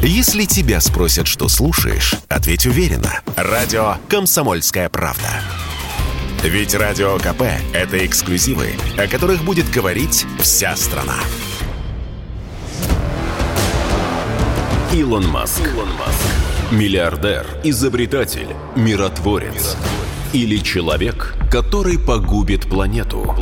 Если тебя спросят, что слушаешь, ответь уверенно. Радио «Комсомольская правда». Ведь Радио КП – это эксклюзивы, о которых будет говорить вся страна. Илон Маск. Миллиардер, изобретатель, миротворец. Или человек, который погубит планету.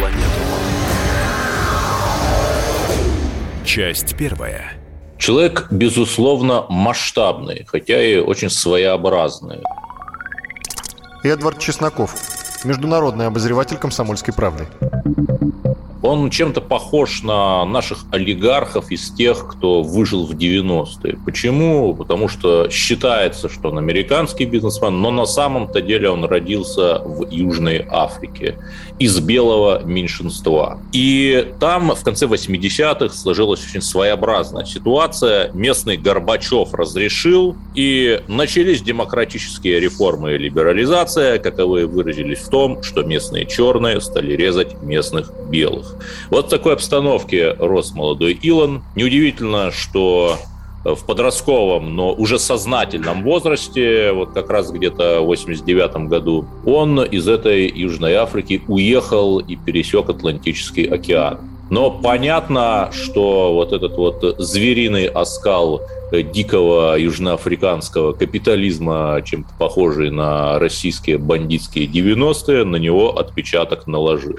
Часть первая. Человек, безусловно, масштабный, хотя и очень своеобразный. Эдвард Чесноков, международный обозреватель «Комсомольской правды». Он чем-то похож на наших олигархов из тех, кто выжил в 90-е. Почему? Потому что считается, что он американский бизнесмен, но на самом-то деле он родился в Южной Африке из белого меньшинства. И там в конце 80-х сложилась очень своеобразная ситуация. Местный Горбачев разрешил, и начались демократические реформы и либерализация, каковые выразились в том, что местные черные стали резать местных белых. Вот в такой обстановке рос молодой Илон. Неудивительно, что в подростковом, но уже сознательном возрасте, вот как раз где-то в 89 году, он из этой Южной Африки уехал и пересек Атлантический океан. Но понятно, что вот этот вот звериный оскал дикого южноафриканского капитализма, чем-то похожий на российские бандитские 90-е, на него отпечаток наложил.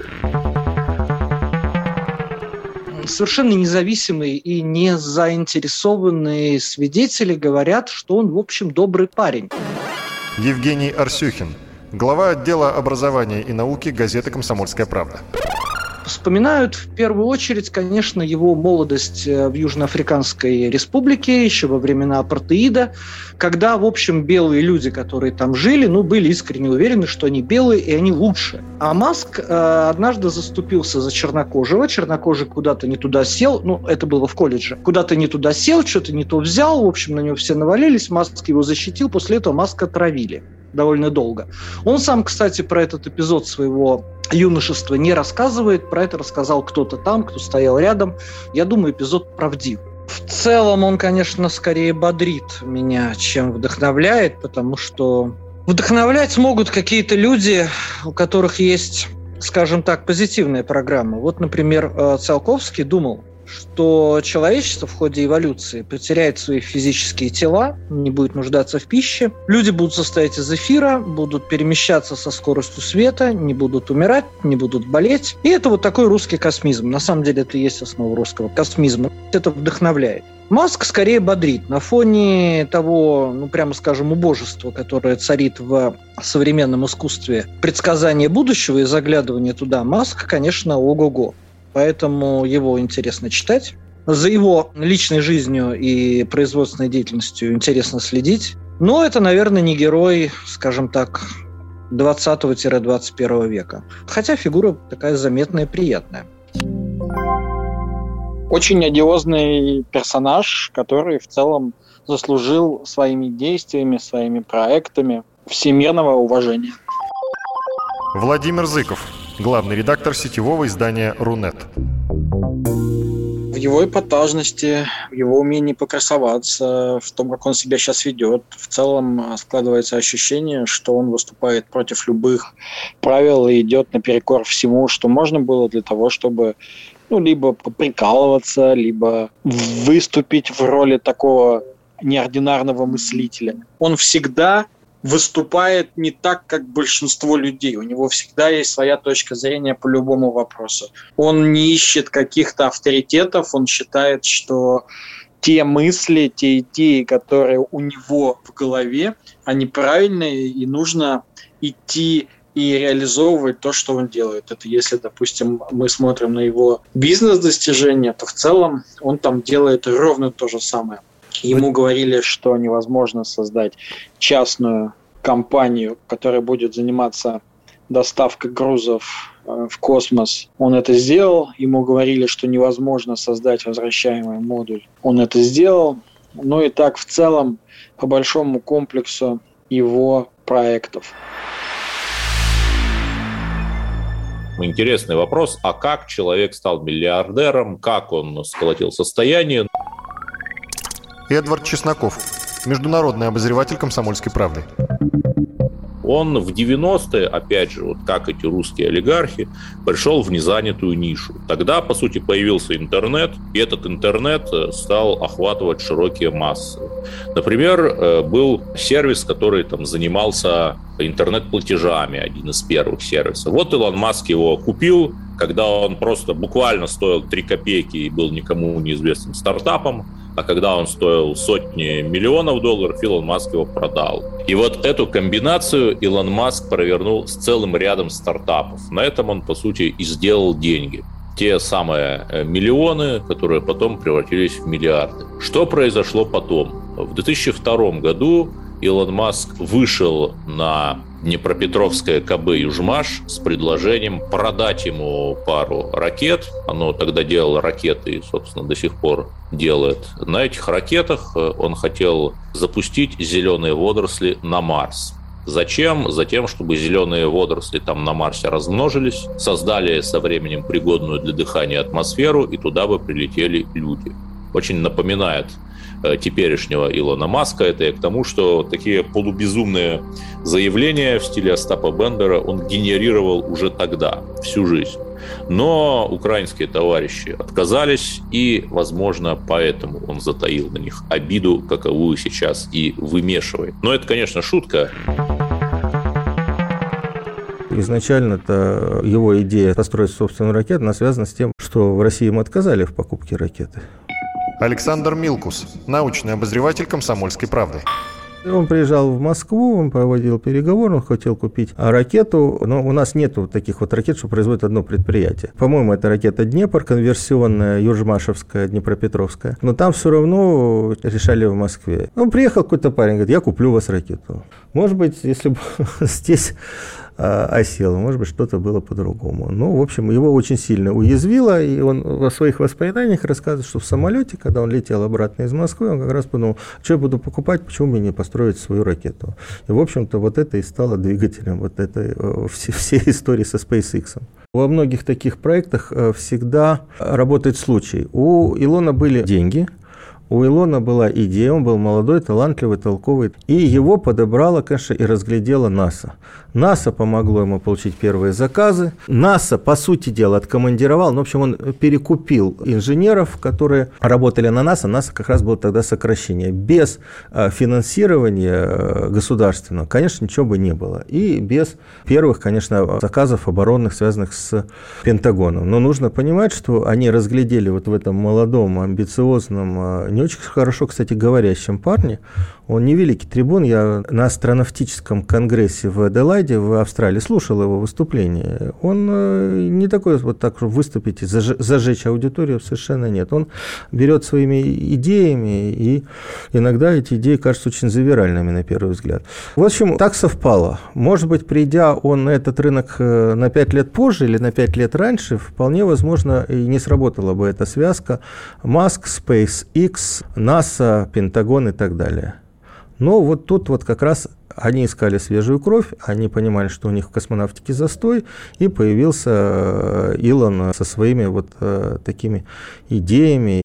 Совершенно независимые и не заинтересованные свидетели говорят, что он, в общем, добрый парень. Евгений Арсюхин, глава отдела образования и науки газеты «Комсомольская правда». Вспоминают в первую очередь, конечно, его молодость в Южноафриканской республике, еще во времена апартеида, когда, в общем, белые люди, которые там жили, были искренне уверены, что они белые и они лучше. А Маск однажды заступился за чернокожего. Чернокожий куда-то не туда сел, это было в колледже, куда-то не туда сел, что-то не то взял, в общем, на него все навалились, Маск его защитил, после этого Маска отравили довольно долго. Он сам, кстати, про этот эпизод своего юношества не рассказывает, про это рассказал кто-то там, кто стоял рядом. Я думаю, эпизод правдив. В целом он, конечно, скорее бодрит меня, чем вдохновляет, потому что вдохновлять могут какие-то люди, у которых есть, скажем так, позитивная программа. Вот, например, Циолковский думал, что человечество в ходе эволюции потеряет свои физические тела, не будет нуждаться в пище. Люди будут состоять из эфира, будут перемещаться со скоростью света, не будут умирать, не будут болеть. И это вот такой русский космизм. На самом деле это и есть основа русского космизма. Это вдохновляет. Маск скорее бодрит. На фоне того, прямо скажем, убожества, которое царит в современном искусстве предсказания будущего и заглядывания туда, Маск, конечно, ого-го. Поэтому его интересно читать. За его личной жизнью и производственной деятельностью интересно следить. Но это, наверное, не герой, скажем так, 20-21 века. Хотя фигура такая заметная и приятная. Очень одиозный персонаж, который в целом заслужил своими действиями, своими проектами всемирного уважения. Владимир Зыков, главный редактор сетевого издания «Рунет». В его эпатажности, в его умении покрасоваться, в том, как он себя сейчас ведет, в целом складывается ощущение, что он выступает против любых правил и идет наперекор всему, что можно было для того, чтобы либо поприкалываться, либо выступить в роли такого неординарного мыслителя. Он всегда выступает не так, как большинство людей. У него всегда есть своя точка зрения по любому вопросу. Он не ищет каких-то авторитетов, он считает, что те мысли, те идеи, которые у него в голове, они правильные, и нужно идти и реализовывать то, что он делает. Это если, допустим, мы смотрим на его бизнес-достижения, то в целом он там делает ровно то же самое. Ему говорили, что невозможно создать частную компанию, которая будет заниматься доставкой грузов в космос. Он это сделал. Ему говорили, что невозможно создать возвращаемый модуль. Он это сделал. И так в целом по большому комплексу его проектов. Интересный вопрос, а как человек стал миллиардером, как он сколотил состояние? Эдвард Чесноков, международный обозреватель «Комсомольской правды». Он в 90-е, опять же, вот как эти русские олигархи, пришел в незанятую нишу. Тогда, по сути, появился интернет, и этот интернет стал охватывать широкие массы. Например, был сервис, который там занимался интернет-платежами, один из первых сервисов. Вот Илон Маск его купил, когда он просто буквально стоил 3 копейки и был никому неизвестным стартапом. А когда он стоил сотни миллионов долларов, Илон Маск его продал. И вот эту комбинацию Илон Маск провернул с целым рядом стартапов. На этом он, по сути, и сделал деньги. Те самые миллионы, которые потом превратились в миллиарды. Что произошло потом? В 2002 году Илон Маск вышел на Днепропетровское КБ «Южмаш» с предложением продать ему пару ракет. Оно тогда делало ракеты и, собственно, до сих пор делает. На этих ракетах он хотел запустить зеленые водоросли на Марс. Зачем? Затем, чтобы зеленые водоросли там на Марсе размножились, создали со временем пригодную для дыхания атмосферу, и туда бы прилетели люди. Очень напоминает теперешнего Илона Маска. Это и к тому, что такие полубезумные заявления в стиле Остапа Бендера он генерировал уже тогда, всю жизнь. Но украинские товарищи отказались, и, возможно, поэтому он затаил на них обиду, каковую сейчас и вымешивает. Но это, конечно, шутка. Изначально-то его идея построить собственную ракету, она связана с тем, что в России ему отказали в покупке ракеты. Александр Милкус, научный обозреватель «Комсомольской правды». Он приезжал в Москву, он проводил переговоры, он хотел купить ракету, но у нас нету таких вот ракет, что производит одно предприятие. По-моему, это ракета «Днепр», конверсионная, южмашевская, Днепропетровская. Но там все равно решали в Москве. Он приехал, какой-то парень, говорит: я куплю у вас ракету. Может быть, если бы здесь осел, может быть, что-то было по-другому. Ну, в общем, его очень сильно уязвило, и он во своих воспоминаниях рассказывает, что в самолете, когда он летел обратно из Москвы, он как раз подумал, что я буду покупать, почему мне не построить свою ракету. И, в общем-то, вот это и стало двигателем вот этой всей истории со SpaceX. Во многих таких проектах всегда работает случай. У Илона были деньги, у Илона была идея, он был молодой, талантливый, толковый. И его подобрала, конечно, и разглядела НАСА. НАСА помогло ему получить первые заказы. НАСА, по сути дела, откомандировал. Ну, в общем, он перекупил инженеров, которые работали на НАСА. НАСА как раз было тогда сокращение. Без финансирования государственного, конечно, ничего бы не было. И без первых, конечно, заказов оборонных, связанных с Пентагоном. Но нужно понимать, что они разглядели вот в этом молодом, амбициозном, не очень хорошо, кстати, говорящем парне. Он не великий трибун. Я на астронавтическом конгрессе в Аделаиде, в Австралии, слушал его выступление. Он не такой вот так, чтобы выступить и зажечь аудиторию, совершенно нет. Он берет своими идеями, и иногда эти идеи кажутся очень завиральными на первый взгляд. В общем, так совпало. Может быть, придя он на этот рынок на 5 лет позже или на 5 лет раньше, вполне возможно, и не сработала бы эта связка Маск, SpaceX, НАСА, Пентагон и так далее. Но вот тут вот как раз они искали свежую кровь, они понимали, что у них в космонавтике застой, и появился Илон со своими вот такими идеями.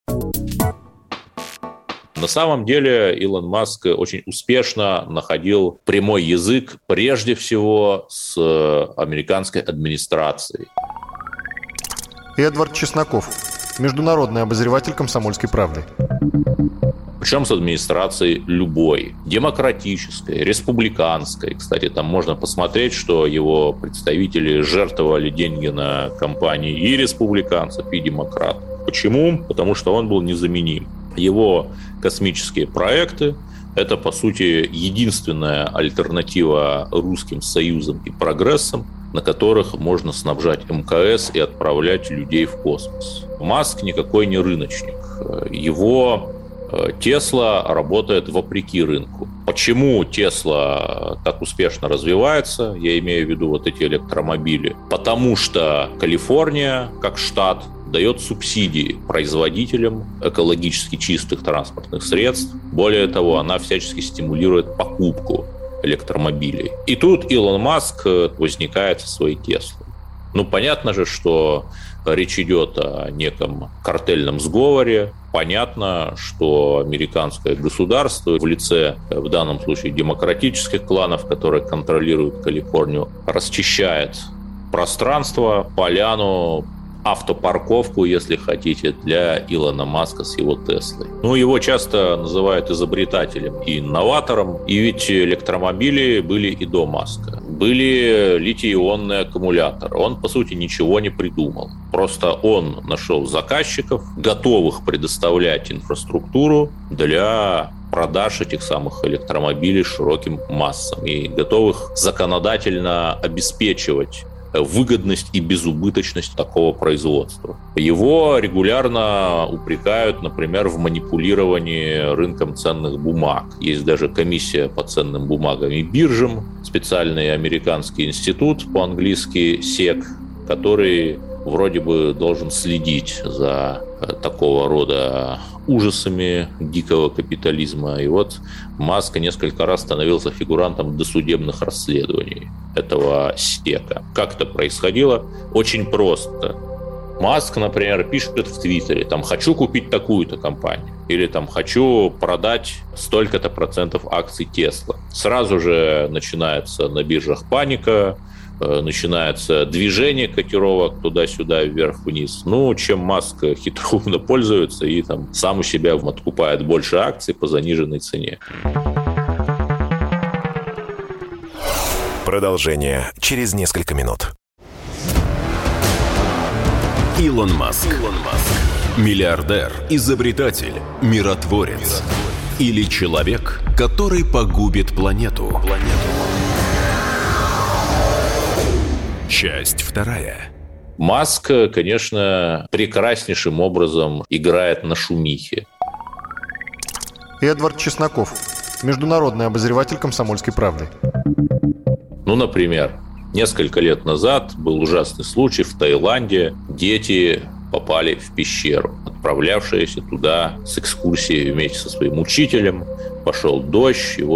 На самом деле Илон Маск очень успешно находил прямой язык прежде всего с американской администрацией. Эдвард Чесноков, международный обозреватель «Комсомольской правды». Причем с администрацией любой, демократической, республиканской. Кстати, там можно посмотреть, что его представители жертвовали деньги на кампании и республиканцев, и демократов. Почему? Потому что он был незаменим. Его космические проекты – это, по сути, единственная альтернатива русским союзам и прогрессам, на которых можно снабжать МКС и отправлять людей в космос. Маск никакой не рыночник. Его Тесла работает вопреки рынку. Почему Тесла так успешно развивается? Я имею в виду вот эти электромобили. Потому что Калифорния, как штат, дает субсидии производителям экологически чистых транспортных средств. Более того, она всячески стимулирует покупку электромобилей. И тут Илон Маск возникает со своей Теслой. Ну, понятно же, что речь идет о неком картельном сговоре. понятно, что американское государство в лице, в данном случае, демократических кланов, которые контролируют Калифорнию, расчищает пространство, поляну, автопарковку, если хотите, для Илона Маска с его Теслой. Его часто называют изобретателем и инноватором, и ведь электромобили были и до Маска. Были литий-ионные аккумуляторы. Он, по сути, ничего не придумал. Просто он нашел заказчиков, готовых предоставлять инфраструктуру для продаж этих самых электромобилей широким массам и готовых законодательно обеспечивать выгодность и безубыточность такого производства. Его регулярно упрекают, например, в манипулировании рынком ценных бумаг. Есть даже комиссия по ценным бумагам и биржам, специальный американский институт, по-английски SEC, который вроде бы должен следить за такого рода ужасами дикого капитализма. И вот Маск несколько раз становился фигурантом досудебных расследований этого SEC. Как это происходило? Очень просто. Маск, например, пишет в Твиттере, «хочу купить такую-то компанию», или «хочу продать столько-то процентов акций Тесла». Сразу же начинается на биржах паника, начинается движение котировок туда-сюда, вверх-вниз. Чем Маск хитроумно пользуется и сам у себя откупает больше акций по заниженной цене. Продолжение через несколько минут. Илон Маск. Миллиардер, изобретатель, миротворец. Или человек, который погубит планету. Часть вторая. Маск, конечно, прекраснейшим образом играет на шумихе. Эдвард Чесноков, международный обозреватель «Комсомольской правды». Например, несколько лет назад был ужасный случай в Таиланде. Дети попали в пещеру, отправлявшиеся туда с экскурсией вместе со своим учителем. Пошел дождь, и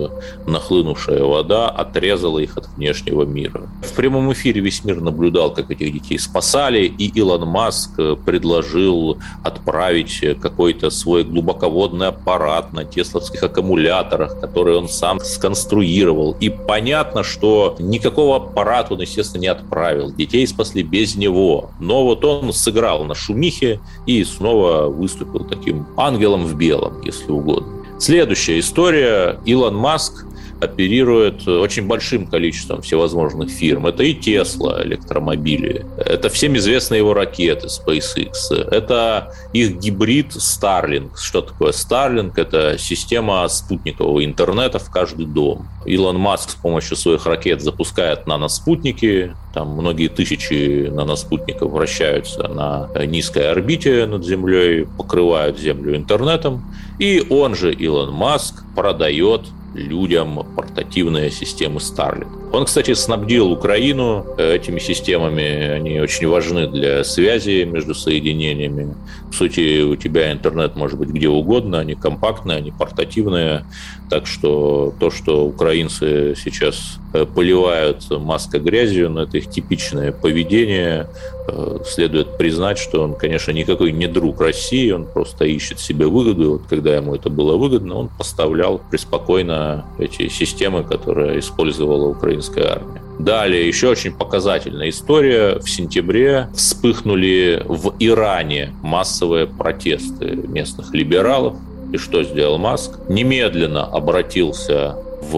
нахлынувшая вода отрезала их от внешнего мира. В прямом эфире весь мир наблюдал, как этих детей спасали, и Илон Маск предложил отправить какой-то свой глубоководный аппарат на тесловских аккумуляторах, который он сам сконструировал. И понятно, что никакого аппарата он, естественно, не отправил. Детей спасли без него. Но он сыграл на шумихе и снова выступил таким ангелом в белом, если угодно. Следующая история. Илон Маск оперирует очень большим количеством всевозможных фирм. Это и Tesla, электромобили. Это всем известные его ракеты SpaceX. Это их гибрид Starlink. Что такое Starlink? Это система спутникового интернета в каждый дом. Илон Маск с помощью своих ракет запускает наноспутники. Многие тысячи наноспутников вращаются на низкой орбите над Землей, покрывают Землю интернетом. И он же, Илон Маск, продает людям портативные системы Starlink. Он, кстати, снабдил Украину этими системами. Они очень важны для связи между соединениями. По сути, у тебя интернет может быть где угодно. Они компактные, они портативные. Так что то, что украинцы сейчас поливают Маска грязью, это их типичное поведение. Следует признать, что он, конечно, никакой не друг России. Он просто ищет себе выгоду. Когда ему это было выгодно, он поставлял преспокойно эти системы, которые использовала украинская армия. Далее, еще очень показательная история. В сентябре вспыхнули в Иране массовые протесты местных либералов. И что сделал Маск? Немедленно обратился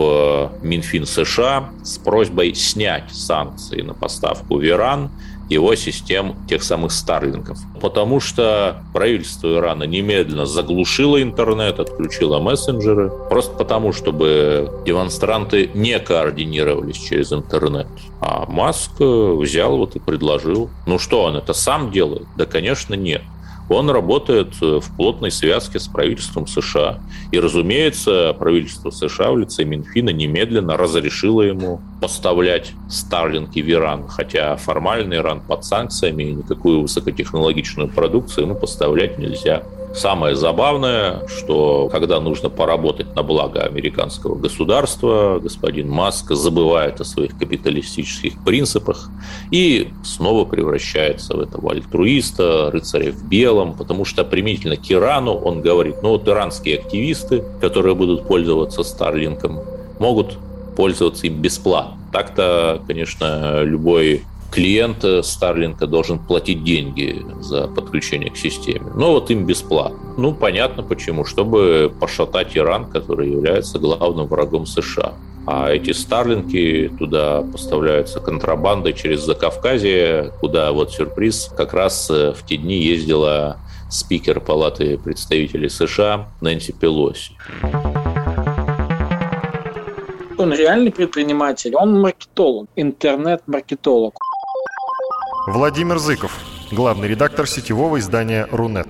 в Минфин США с просьбой снять санкции на поставку в Иран его систем тех самых Старлинков. Потому что правительство Ирана немедленно заглушило интернет, отключило мессенджеры, просто потому, чтобы демонстранты не координировались через интернет. А Маск взял и предложил. Что он это сам делает? Да, конечно, нет. Он работает в плотной связке с правительством США. И, разумеется, правительство США в лице Минфина немедленно разрешило ему поставлять Старлинки в Иран, хотя формально Иран под санкциями, и никакую высокотехнологичную продукцию ему поставлять нельзя. Самое забавное, что когда нужно поработать на благо американского государства, господин Маск забывает о своих капиталистических принципах и снова превращается в этого альтруиста, рыцаря в белом, потому что применительно к Ирану он говорит, иранские активисты, которые будут пользоваться Старлинком, могут пользоваться им бесплатно. Так-то, конечно, любой клиент Старлинка должен платить деньги за подключение к системе. Но им бесплатно. Понятно почему. Чтобы пошатать Иран, который является главным врагом США. А эти Старлинки туда поставляются контрабандой через Закавказье, куда, сюрприз, как раз в те дни ездила спикер Палаты представителей США Нэнси Пелоси. Он реальный предприниматель, он маркетолог, интернет-маркетолог. Владимир Зыков, главный редактор сетевого издания «Рунет».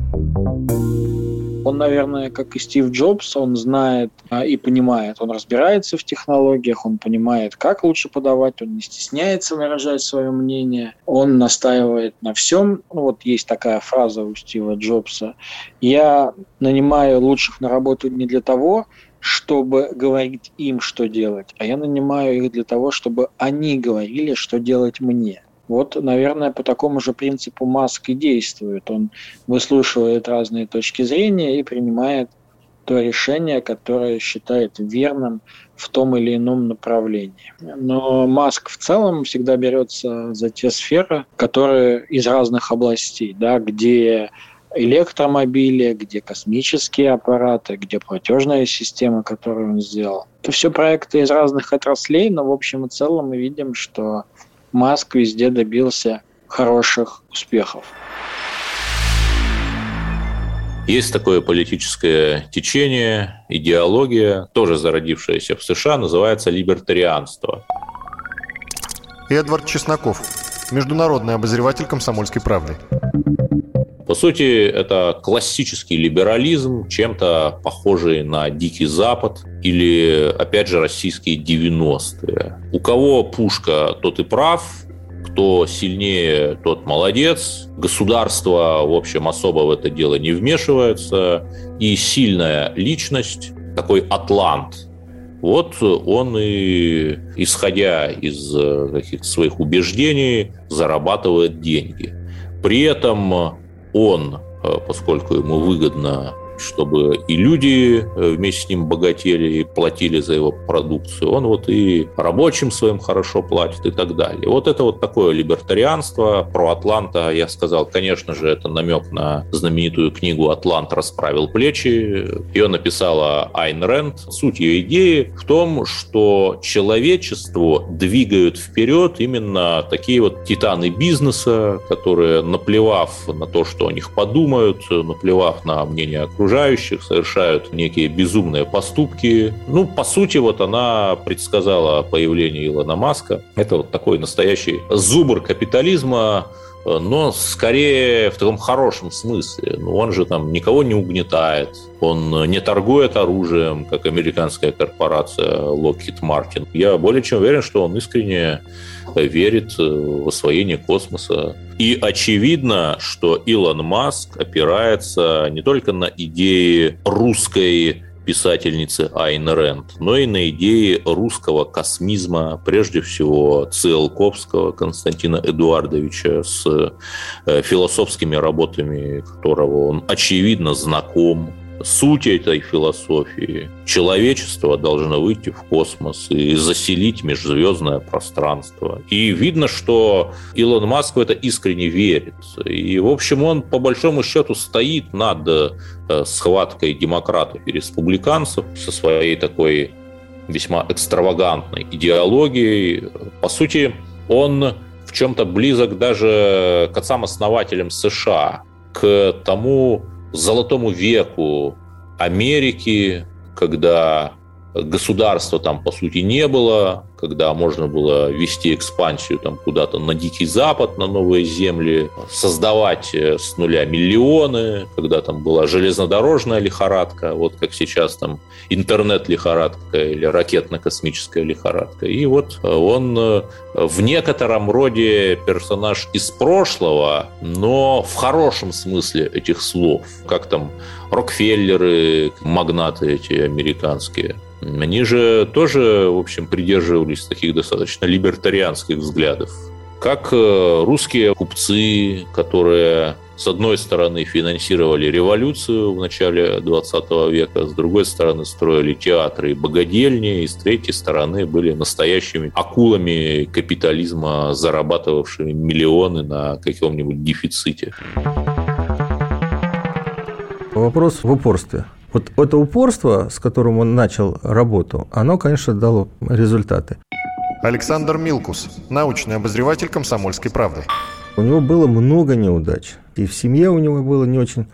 Он, наверное, как и Стив Джобс, он знает и понимает, он разбирается в технологиях, он понимает, как лучше подавать, он не стесняется выражать свое мнение, он настаивает на всем. Есть такая фраза у Стива Джобса: «Я нанимаю лучших на работу не для того, чтобы говорить им, что делать, а я нанимаю их для того, чтобы они говорили, что делать мне». Наверное, по такому же принципу Маск и действует. Он выслушивает разные точки зрения и принимает то решение, которое считает верным в том или ином направлении. Но Маск в целом всегда берется за те сферы, которые из разных областей, где электромобили, где космические аппараты, где платежная система, которую он сделал. Это все проекты из разных отраслей, но в общем и целом мы видим, что Маск везде добился хороших успехов. Есть такое политическое течение, идеология, тоже зародившаяся в США, называется либертарианство. Эдвард Чесноков, международный обозреватель «Комсомольской правды». По сути, это классический либерализм, чем-то похожий на Дикий Запад или, опять же, российские 90-е. У кого пушка, тот и прав, кто сильнее, тот молодец. Государство, в общем, особо в это дело не вмешивается. И сильная личность, такой атлант, он и, исходя из каких-то своих убеждений, зарабатывает деньги. При этом он, поскольку ему выгодно, чтобы и люди вместе с ним богатели и платили за его продукцию, он и рабочим своим хорошо платит и так далее. Это такое либертарианство. Про Атланта я сказал, конечно же, это намек на знаменитую книгу «Атлант расправил плечи». Ее написала Айн Рэнд. Суть ее идеи в том, что человечество двигают вперед именно такие титаны бизнеса, которые, наплевав на то, что о них подумают, наплевав на мнение окружающих, совершают некие безумные поступки. По сути, она предсказала появление Илона Маска. Это такой настоящий зубр капитализма, но скорее в таком хорошем смысле. Он же никого не угнетает, он не торгует оружием, как американская корпорация Lockheed Martin. Я более чем уверен, что он искренне верит в освоение космоса. И очевидно, что Илон Маск опирается не только на идеи русской писательницы Айн Рэнд, но и на идеи русского космизма, прежде всего Циолковского Константина Эдуардовича, с философскими работами которого он очевидно знаком. Суть этой философии: человечество должно выйти в космос и заселить межзвездное пространство. И видно, что Илон Маск в это искренне верит. И, в общем, он, по большому счету, стоит над схваткой демократов и республиканцев со своей такой весьма экстравагантной идеологией. По сути, он в чем-то близок даже к отцам-основателям США, к тому золотому веку Америки, когда государства там, по сути, не было, когда можно было вести экспансию там куда-то на Дикий Запад, на новые земли, создавать с нуля миллионы, когда там была железнодорожная лихорадка, вот как сейчас там интернет-лихорадка или ракетно-космическая лихорадка. И вот он в некотором роде персонаж из прошлого, но в хорошем смысле этих слов. Как там Рокфеллеры, магнаты эти американские. Они же тоже, в общем, придерживались таких достаточно либертарианских взглядов. Как русские купцы, которые, с одной стороны, финансировали революцию в начале 20 века, с другой стороны, строили театры и богадельни, и с третьей стороны, были настоящими акулами капитализма, зарабатывавшими миллионы на каком-нибудь дефиците. Вопрос в упорстве. Вот это упорство, с которым он начал работу, оно, конечно, дало результаты. Александр Милкус, научный обозреватель «Комсомольской правды». У него было много неудач. И в семье у него было не очень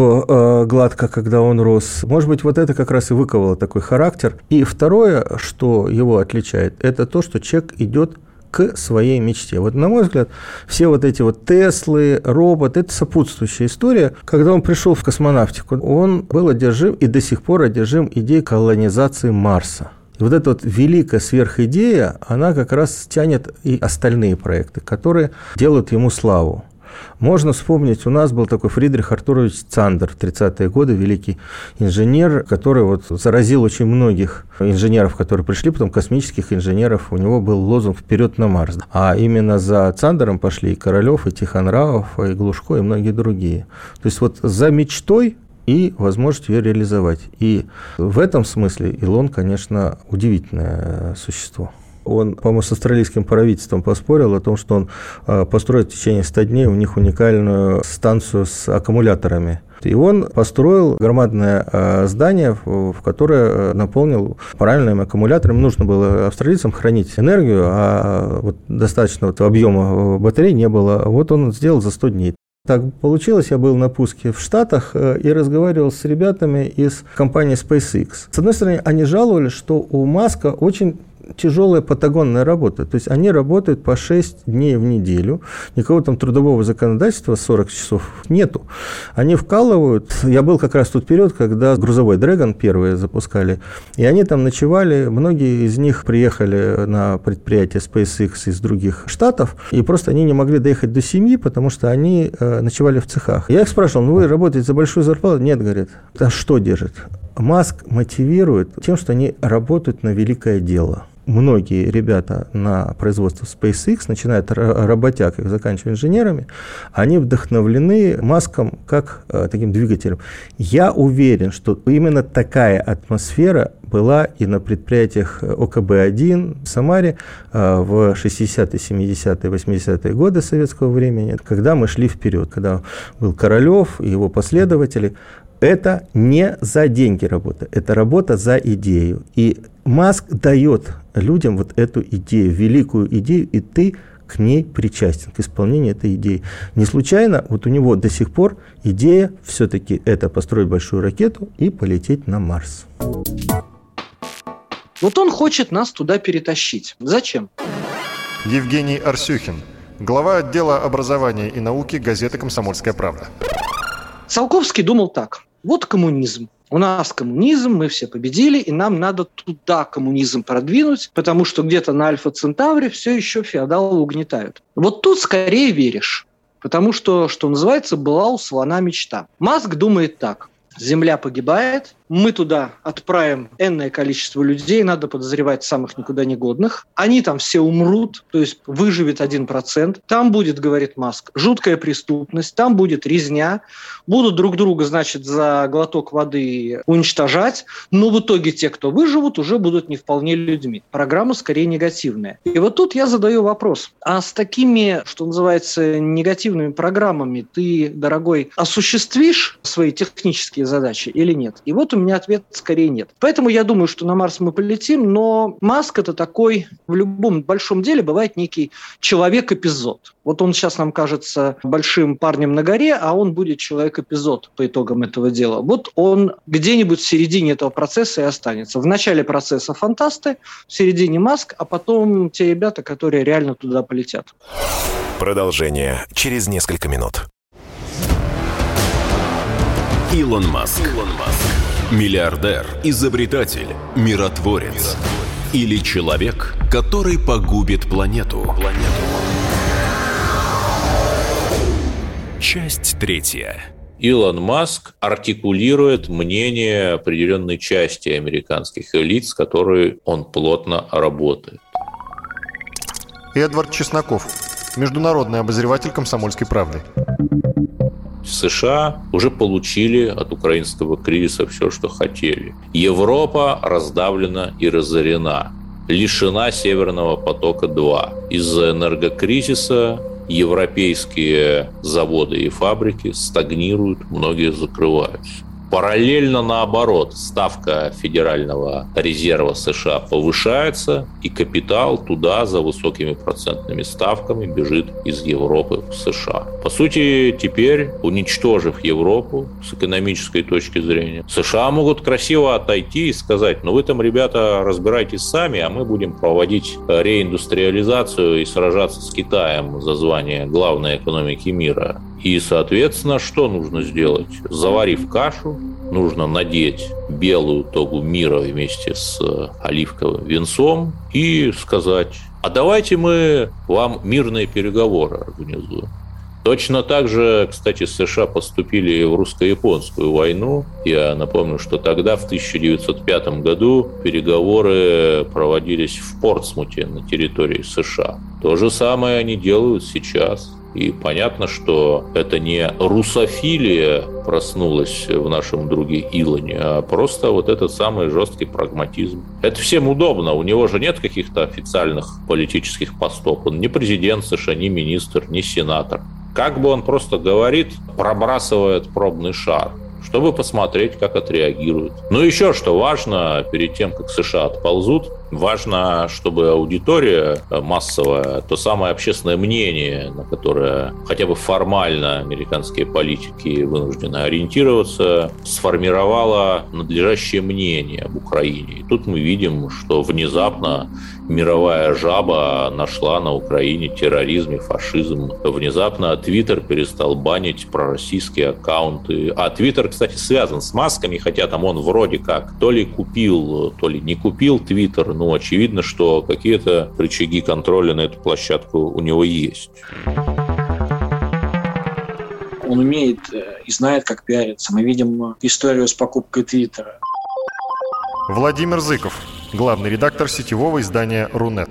все гладко, когда он рос. Может быть, вот это как раз и выковало такой характер. И второе, что его отличает, это то, что человек идет к своей мечте. Вот, на мой взгляд, все вот эти вот Теслы, роботы – это сопутствующая история. Когда он пришел в космонавтику, он был одержим и до сих пор одержим идеей колонизации Марса. И вот эта вот великая сверхидея, она как раз тянет и остальные проекты, которые делают ему славу. Можно вспомнить, у нас был такой Фридрих Артурович Цандер в 30-е годы, великий инженер, который вот заразил очень многих инженеров, которые пришли, потом космических инженеров. У него был лозунг «Вперед на Марс». А именно за Цандером пошли и Королёв, и Тихонравов, и Глушко, и многие другие. То есть вот за мечтой и возможность ее реализовать. И в этом смысле Илон, конечно, удивительное существо. Он, по-моему, с австралийским правительством поспорил о том, что он построит в течение 100 дней у них уникальную станцию с аккумуляторами. И он построил громадное здание, в которое наполнил правильными аккумуляторами. Нужно было австралийцам хранить энергию, а вот достаточно объема батарей не было. Вот он сделал за 100 дней. Так получилось, я был на пуске в Штатах и разговаривал с ребятами из компании SpaceX. С одной стороны, они жаловались, что у Маска очень тяжелая патагонная работа. То есть они работают по 6 дней в неделю. Никакого там трудового законодательства 40 часов нету. Они вкалывают. Я был как раз в тот период, когда грузовой Dragon первые запускали. И они там ночевали. Многие из них приехали на предприятие SpaceX из других штатов. И просто они не могли доехать до семьи, потому что они ночевали в цехах. Я их спрашивал, ну вы работаете за большую зарплату? Нет, говорит. А что держит? Маск мотивирует тем, что они работают на великое дело. Многие ребята на производстве SpaceX, начиная от работяг и заканчивая инженерами, они вдохновлены Маском как таким двигателем. Я уверен, что именно такая атмосфера была и на предприятиях ОКБ-1 в Самаре в 60-е, 70-е, 80-е годы советского времени, когда мы шли вперед, когда был Королёв и его последователи. Это не за деньги работа, это работа за идею. И Маск дает людям вот эту идею, великую идею, и ты к ней причастен, к исполнению этой идеи. Не случайно вот у него до сих пор идея все-таки это построить большую ракету и полететь на Марс. Вот он хочет нас туда перетащить. Зачем? Евгений Арсюхин, глава отдела образования и науки газеты «Комсомольская правда». Циолковский думал так. Вот коммунизм. У нас коммунизм, мы все победили, и нам надо туда коммунизм продвинуть, потому что где-то на Альфа-Центавре все еще феодалы угнетают. Вот тут скорее веришь, потому что называется, была у слона мечта. Маск думает так. Земля погибает, мы туда отправим энное количество людей, надо подозревать самых никуда не годных. Они там все умрут, то есть выживет 1%. Там будет, говорит Маск, жуткая преступность, там будет резня, будут друг друга, значит, за глоток воды уничтожать, но в итоге те, кто выживут, уже будут не вполне людьми. Программа скорее негативная. И вот тут я задаю вопрос, а с такими, что называется, негативными программами ты, дорогой, осуществишь свои технические задачи или нет? И вот у меня ответ скорее нет. Поэтому я думаю, что на Марс мы полетим, но Маск – это такой, в любом большом деле бывает некий человек-эпизод. Вот он сейчас нам кажется большим парнем на горе, а он будет человек-эпизод по итогам этого дела. Вот он где-нибудь в середине этого процесса и останется. В начале процесса фантасты, в середине Маск, а потом те ребята, которые реально туда полетят. Продолжение через несколько минут. Илон Маск. Миллиардер, изобретатель, миротворец. Или человек, который погубит планету. Часть 3. Илон Маск артикулирует мнение определенной части американских элит, с которой он плотно работает. Эдвард Чесноков, международный обозреватель «Комсомольской правды». США уже получили от украинского кризиса все, что хотели. Европа раздавлена и разорена, лишена Северного потока-2. Из-за энергокризиса европейские заводы и фабрики стагнируют, многие закрываются. Параллельно, наоборот, ставка Федерального резерва США повышается, и капитал туда за высокими процентными ставками бежит из Европы в США. По сути, теперь, уничтожив Европу с экономической точки зрения, США могут красиво отойти и сказать: ну вы там, ребята, разбирайтесь сами, а мы будем проводить реиндустриализацию и сражаться с Китаем за звание главной экономики мира. И, соответственно, что нужно сделать? Заварив кашу, нужно надеть белую тогу мира вместе с оливковым венцом и сказать: а давайте мы вам мирные переговоры организуем. Точно так же, кстати, США поступили в русско-японскую войну. Я напомню, что тогда, в 1905 году, переговоры проводились в Портсмуте на территории США. То же самое они делают сейчас. И понятно, что это не русофилия проснулась в нашем друге Илоне, а просто вот этот самый жесткий прагматизм. Это всем удобно. У него же нет каких-то официальных политических постов. Он не президент США, не министр, не сенатор. Как бы он просто говорит, пробрасывает пробный шар, чтобы посмотреть, как отреагируют. Ну, еще что важно, перед тем, как США отползут, важно, чтобы аудитория массовая, то самое общественное мнение, на которое хотя бы формально американские политики вынуждены ориентироваться, сформировало надлежащее мнение об Украине. И тут мы видим, что внезапно мировая жаба нашла на Украине терроризм и фашизм. Внезапно Твиттер перестал банить пророссийские аккаунты. А Твиттер, кстати, связан с Масками, хотя там он вроде как то ли купил, то ли не купил Твиттер. Ну, очевидно, что какие-то рычаги контроля на эту площадку у него есть. Он умеет и знает, как пиариться. Мы видим историю с покупкой Твиттера. Владимир Зыков, главный редактор сетевого издания «Рунет».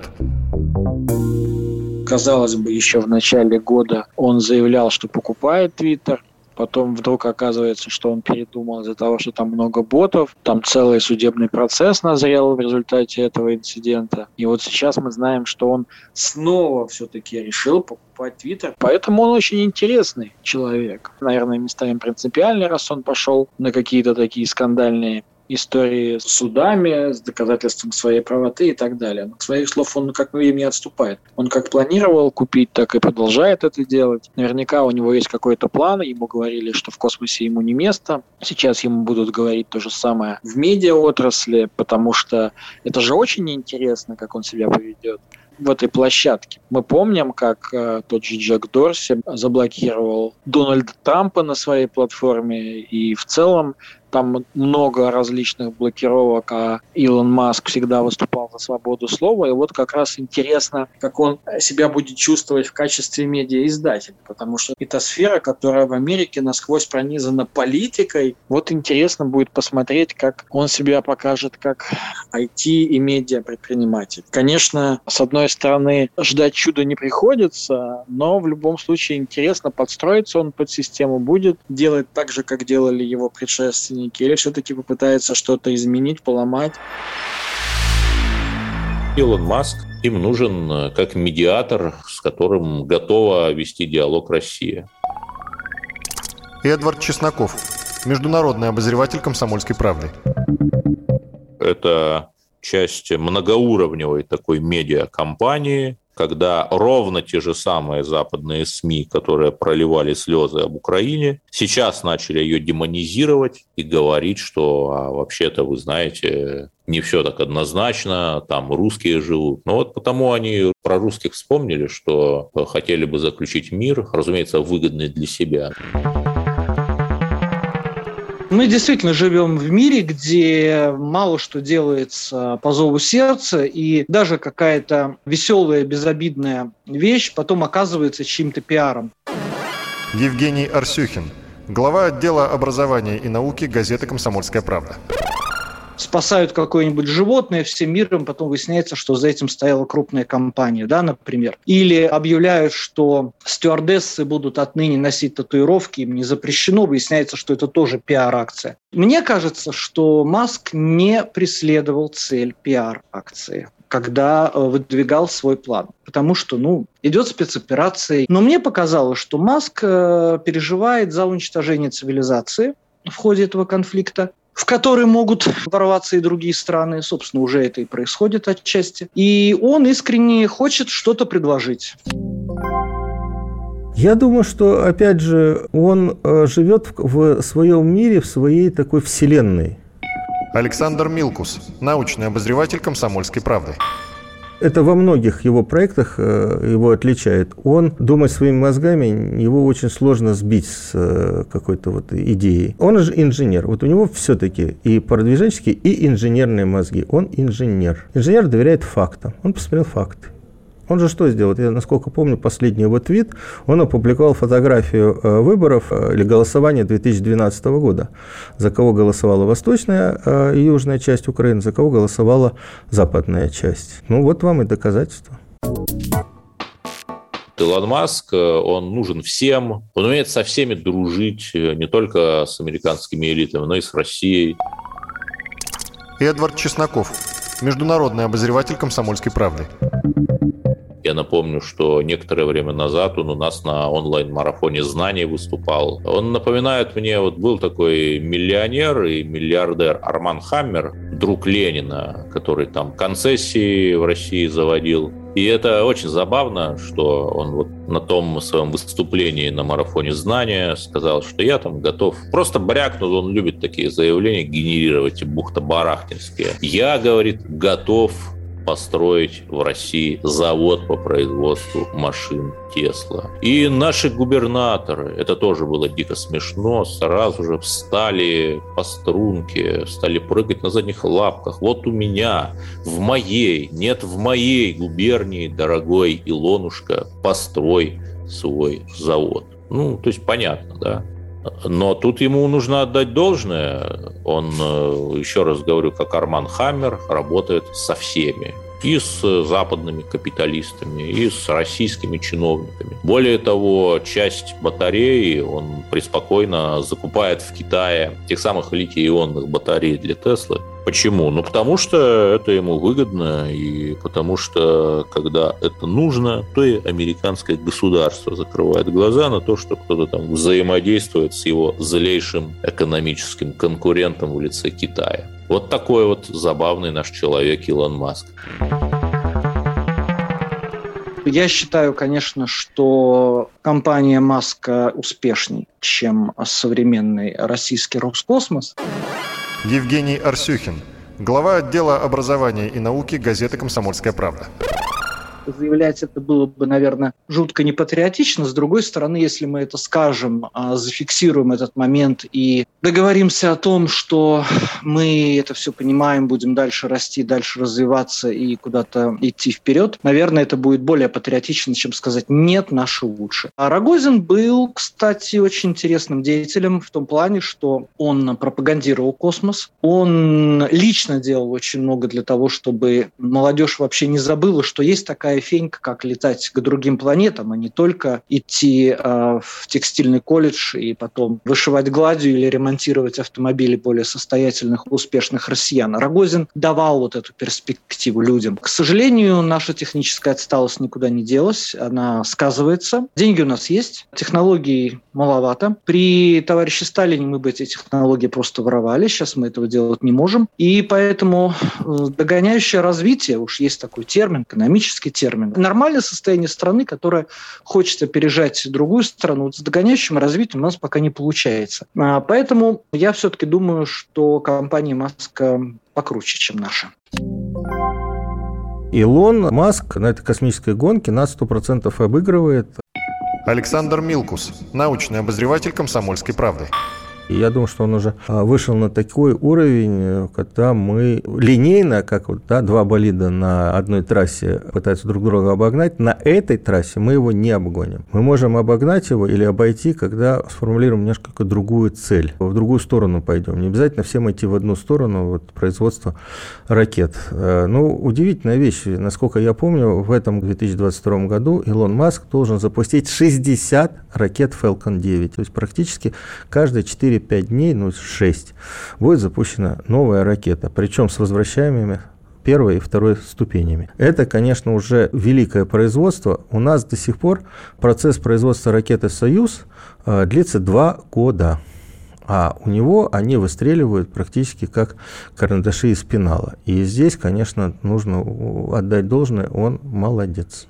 Казалось бы, еще в начале года он заявлял, что покупает Твиттер. Потом вдруг оказывается, что он передумал из-за того, что там много ботов. Там целый судебный процесс назрел в результате этого инцидента. И вот сейчас мы знаем, что он снова все-таки решил покупать Твиттер. Поэтому он очень интересный человек. Наверное, местами принципиальный, раз он пошел на какие-то такие скандальные истории с судами, с доказательством своей правоты и так далее. Но от своих слов он, как мы видим, не отступает. Он как планировал купить, так и продолжает это делать. Наверняка у него есть какой-то план. Ему говорили, что в космосе ему не место. Сейчас ему будут говорить то же самое в медиаотрасли, потому что это же очень интересно, как он себя поведет в этой площадке. Мы помним, как тот же Джек Дорси заблокировал Дональда Трампа на своей платформе, и в целом там много различных блокировок, а Илон Маск всегда выступал за свободу слова. И вот как раз интересно, как он себя будет чувствовать в качестве медиаиздателя. Потому что это сфера, которая в Америке насквозь пронизана политикой. Вот интересно будет посмотреть, как он себя покажет как IT и медиа-предприниматель. Конечно, с одной стороны, ждать чуда не приходится, но в любом случае интересно, подстроиться он под систему, будет делать так же, как делали его предшественники, или все-таки попытается что-то изменить, поломать. Илон Маск им нужен как медиатор, с которым готова вести диалог Россия. Эдвард Чесноков, международный обозреватель «Комсомольской правды». Это часть многоуровневой такой медиакомпании, когда ровно те же самые западные СМИ, которые проливали слезы об Украине, сейчас начали ее демонизировать и говорить, что вообще-то, вы знаете, не все так однозначно, там русские живут. Но вот потому они про русских вспомнили, что хотели бы заключить мир, разумеется, выгодный для себя. Мы действительно живем в мире, где мало что делается по зову сердца, и даже какая-то веселая, безобидная вещь потом оказывается чьим-то пиаром. Евгений Арсюхин, глава отдела образования и науки газеты «Комсомольская правда». Спасают какое-нибудь животное всем миром, потом выясняется, что за этим стояла крупная компания, да, например. Или объявляют, что стюардессы будут отныне носить татуировки, им не запрещено, выясняется, что это тоже пиар-акция. Мне кажется, что Маск не преследовал цель пиар-акции, когда выдвигал свой план. Потому что, идет спецоперация. Но мне показалось, что Маск переживает за уничтожение цивилизации в ходе этого конфликта, в который могут ворваться и другие страны. Собственно, уже это и происходит отчасти. И он искренне хочет что-то предложить. Я думаю, что, опять же, он живет в своем мире, в своей такой вселенной. Александр Милкус, научный обозреватель «Комсомольской правды». Это во многих его проектах его отличает. Он думает своими мозгами, его очень сложно сбить с какой-то вот идеей. Он же инженер. Вот у него все-таки и продвиженческие, и инженерные мозги. Он инженер. Инженер доверяет фактам. Он посмотрел факты. Он же что сделал? Я, насколько помню, последний его твит, он опубликовал фотографию выборов или голосования 2012 года. За кого голосовала восточная и южная часть Украины, за кого голосовала западная часть. Вот вам и доказательства. Илон Маск, он нужен всем, он умеет со всеми дружить, не только с американскими элитами, но и с Россией. Эдвард Чесноков, международный обозреватель «Комсомольской правды». Я напомню, что некоторое время назад он у нас на онлайн-марафоне знаний выступал. Он напоминает мне, был такой миллионер и миллиардер Арман Хаммер, друг Ленина, который там концессии в России заводил. И это очень забавно, что он на том своем выступлении на марафоне знания сказал, что я там готов. Просто брякнул, он любит такие заявления генерировать, бухта-барахтинские. Я, говорит, готов построить в России завод по производству машин Тесла. И наши губернаторы, это тоже было дико смешно, сразу же встали по струнке, стали прыгать на задних лапках. Вот у меня, в моей губернии, дорогой Илонушка, построй свой завод. То есть понятно, да? Но тут ему нужно отдать должное. Он, еще раз говорю, как Арман Хаммер, работает со всеми. И с западными капиталистами, и с российскими чиновниками. Более того, часть батареи он преспокойно закупает в Китае, тех самых литий-ионных батарей для Теслы. Почему? Потому что это ему выгодно, и потому что, когда это нужно, то и американское государство закрывает глаза на то, что кто-то там взаимодействует с его злейшим экономическим конкурентом в лице Китая. Вот такой забавный наш человек Илон Маск. Я считаю, конечно, что компания Маска успешнее, чем современный российский Роскосмос. Евгений Арсюхин, глава отдела образования и науки газеты «Комсомольская правда». Заявлять это было бы, наверное, жутко непатриотично. С другой стороны, если мы это скажем, зафиксируем этот момент и договоримся о том, что мы это все понимаем, будем дальше расти, дальше развиваться и куда-то идти вперед, наверное, это будет более патриотично, чем сказать «нет, наши лучше». А Рогозин был, кстати, очень интересным деятелем в том плане, что он пропагандировал космос, он лично делал очень много для того, чтобы молодежь вообще не забыла, что есть такая новая фенька, как летать к другим планетам, а не только идти в текстильный колледж и потом вышивать гладью или ремонтировать автомобили более состоятельных, успешных россиян. Рогозин давал вот эту перспективу людям. К сожалению, наша техническая отсталость никуда не делась, она сказывается. Деньги у нас есть, технологий маловато. При товарище Сталине мы бы эти технологии просто воровали, сейчас мы этого делать не можем. И поэтому догоняющее развитие, уж есть такой термин, экономический термин, нормальное состояние страны, которая хочет опережать другую страну, вот с догоняющим развитием у нас пока не получается. Поэтому я все-таки думаю, что компания Маска покруче, чем наша. Илон Маск на этой космической гонке нас 100% обыгрывает. Александр Милкус, научный обозреватель «Комсомольской правды». Я думаю, что он уже вышел на такой уровень, когда мы линейно, как вот, да, два болида на одной трассе пытаются друг друга обогнать, на этой трассе мы его не обгоним. Мы можем обогнать его или обойти, когда сформулируем немножко другую цель, в другую сторону пойдем. Не обязательно всем идти в одну сторону вот, производства ракет. Ну, удивительная вещь. Насколько я помню, в этом 2022 году Илон Маск должен запустить 60 ракет Falcon 9. То есть практически каждые 4-5 дней, 6, будет запущена новая ракета, причем с возвращаемыми первой и второй ступенями. Это, конечно, уже великое производство. У нас до сих пор процесс производства ракеты «Союз» длится 2 года. А у него они выстреливают практически как карандаши из пенала. И здесь, конечно, нужно отдать должное, он молодец.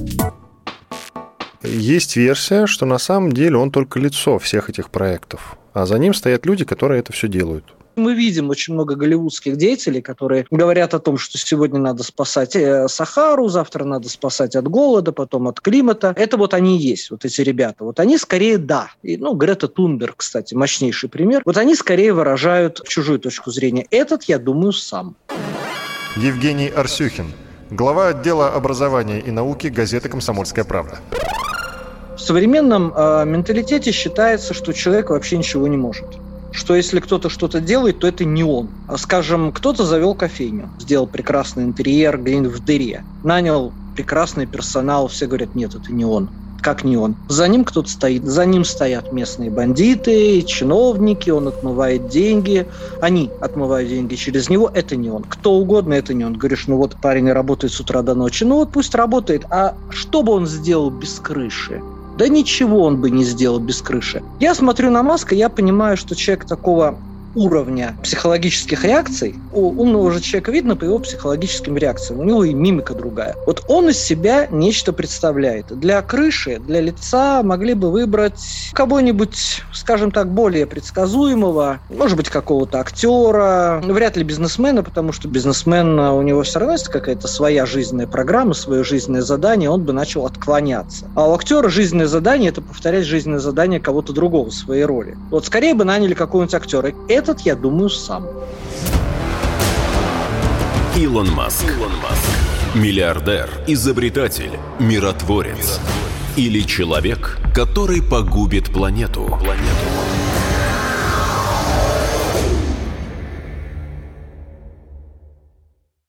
Есть версия, что на самом деле он только лицо всех этих проектов, а за ним стоят люди, которые это все делают. Мы видим очень много голливудских деятелей, которые говорят о том, что сегодня надо спасать Сахару, завтра надо спасать от голода, потом от климата. Это вот они и есть, вот эти ребята. Вот они скорее да. И, Грета Тунберг, кстати, мощнейший пример. Вот они скорее выражают чужую точку зрения. Этот, я думаю, сам. Евгений Арсюхин, глава отдела образования и науки газеты «Комсомольская правда». В современном менталитете считается, что человек вообще ничего не может. Что если кто-то что-то делает, то это не он. Скажем, кто-то завел кофейню, сделал прекрасный интерьер где-нибудь в дыре, нанял прекрасный персонал, все говорят, нет, это не он. Как не он? За ним кто-то стоит, за ним стоят местные бандиты, чиновники, он отмывает деньги, они отмывают деньги через него, это не он. Кто угодно, это не он. Говоришь, вот парень работает с утра до ночи, пусть работает, а что бы он сделал без крыши? Да ничего он бы не сделал без крыши. Я смотрю на Маска, я понимаю, что человек такого уровня психологических реакций, у умного же человека видно по его психологическим реакциям, у него и мимика другая. Вот он из себя нечто представляет. Для крыши, для лица могли бы выбрать кого-нибудь, скажем так, более предсказуемого, может быть, какого-то актера, вряд ли бизнесмена, потому что бизнесмен, у него все равно есть какая-то своя жизненная программа, свое жизненное задание, он бы начал отклоняться. А у актера жизненное задание – это повторять жизненное задание кого-то другого в своей роли. Вот скорее бы наняли какого-нибудь актера. Этот, я думаю, сам. Илон Маск. Миллиардер, изобретатель, миротворец. Или человек, который погубит планету.